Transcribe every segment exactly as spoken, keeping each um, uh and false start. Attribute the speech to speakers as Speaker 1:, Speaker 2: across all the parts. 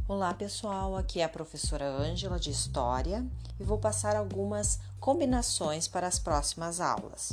Speaker 1: Olá pessoal, aqui é a professora Ângela de História e vou passar algumas combinações para as próximas aulas.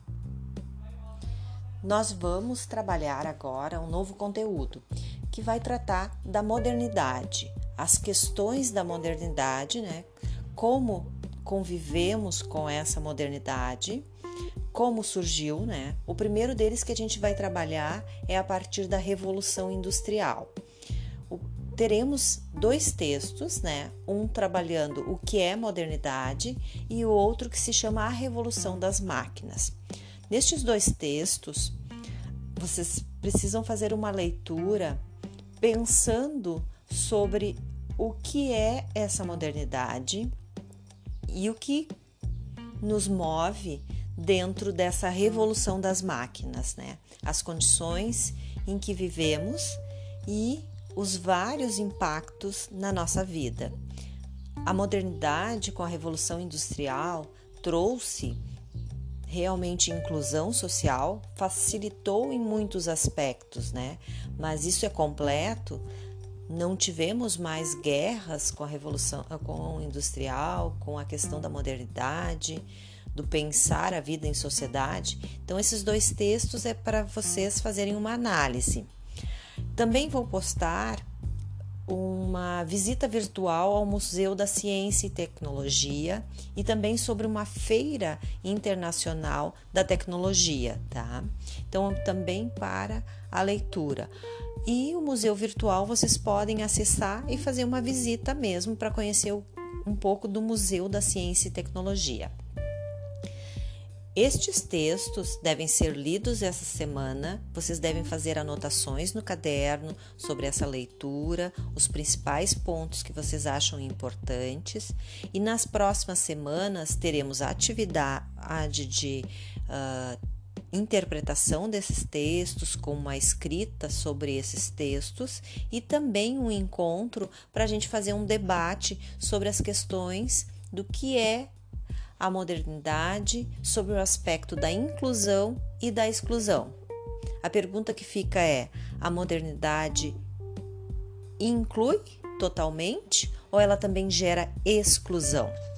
Speaker 1: Nós vamos trabalhar agora um novo conteúdo que vai tratar da modernidade, as questões da modernidade, né? Como convivemos com essa modernidade, como surgiu, né? O primeiro deles que a gente vai trabalhar é a partir da Revolução Industrial. Teremos dois textos, né? Um trabalhando o que é modernidade e o outro que se chama A Revolução das Máquinas. Nestes dois textos, vocês precisam fazer uma leitura pensando sobre o que é essa modernidade e o que nos move dentro dessa revolução das máquinas, né? As condições em que vivemos e os vários impactos na nossa vida. A modernidade com a Revolução Industrial trouxe realmente inclusão social, facilitou em muitos aspectos, né? Mas isso é completo. Não tivemos mais guerras com a Revolução com Industrial, com a questão da modernidade, do pensar a vida em sociedade. Então, esses dois textos é para vocês fazerem uma análise. Também vou postar uma visita virtual ao Museu da Ciência e Tecnologia e também sobre uma feira internacional da tecnologia, tá? Então, também para a leitura. E o Museu Virtual vocês podem acessar e fazer uma visita mesmo para conhecer um pouco do Museu da Ciência e Tecnologia. Estes textos devem ser lidos essa semana, vocês devem fazer anotações no caderno sobre essa leitura, os principais pontos que vocês acham importantes, e nas próximas semanas teremos a atividade de uh, interpretação desses textos, com uma escrita sobre esses textos, e também um encontro para a gente fazer um debate sobre as questões do que é a modernidade, sobre o aspecto da inclusão e da exclusão. A pergunta que fica é: a modernidade inclui totalmente ou ela também gera exclusão?